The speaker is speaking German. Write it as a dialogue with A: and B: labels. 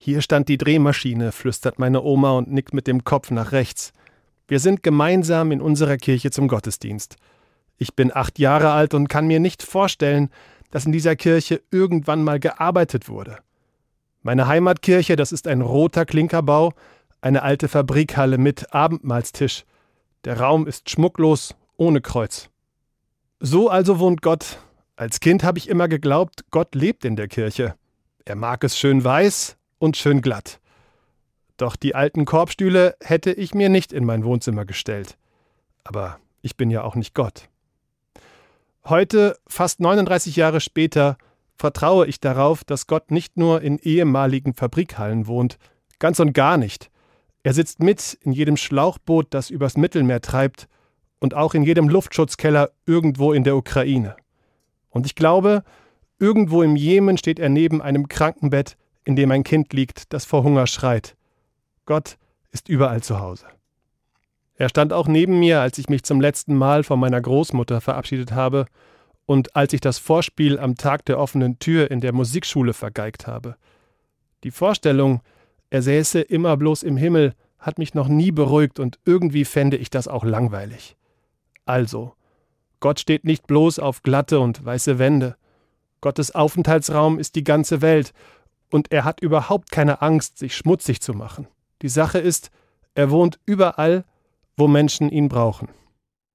A: Hier stand die Drehmaschine, flüstert meine Oma und nickt mit dem Kopf nach rechts. Wir sind gemeinsam in unserer Kirche zum Gottesdienst. Ich bin 8 Jahre alt und kann mir nicht vorstellen, dass in dieser Kirche irgendwann mal gearbeitet wurde. Meine Heimatkirche, das ist ein roter Klinkerbau, eine alte Fabrikhalle mit Abendmahlstisch. Der Raum ist schmucklos, ohne Kreuz. So also wohnt Gott. Als Kind habe ich immer geglaubt, Gott lebt in der Kirche. Er mag es schön weiß und schön glatt. Doch die alten Korbstühle hätte ich mir nicht in mein Wohnzimmer gestellt. Aber ich bin ja auch nicht Gott. Heute, fast 39 Jahre später, vertraue ich darauf, dass Gott nicht nur in ehemaligen Fabrikhallen wohnt, ganz und gar nicht. Er sitzt mit in jedem Schlauchboot, das übers Mittelmeer treibt, und auch in jedem Luftschutzkeller irgendwo in der Ukraine. Und ich glaube, irgendwo im Jemen steht er neben einem Krankenbett, in dem ein Kind liegt, das vor Hunger schreit. Gott ist überall zu Hause. Er stand auch neben mir, als ich mich zum letzten Mal von meiner Großmutter verabschiedet habe und als ich das Vorspiel am Tag der offenen Tür in der Musikschule vergeigt habe. Die Vorstellung, er säße immer bloß im Himmel, hat mich noch nie beruhigt und irgendwie fände ich das auch langweilig. Also, Gott steht nicht bloß auf glatte und weiße Wände. Gottes Aufenthaltsraum ist die ganze Welt und er hat überhaupt keine Angst, sich schmutzig zu machen. Die Sache ist, er wohnt überall, wo Menschen ihn brauchen.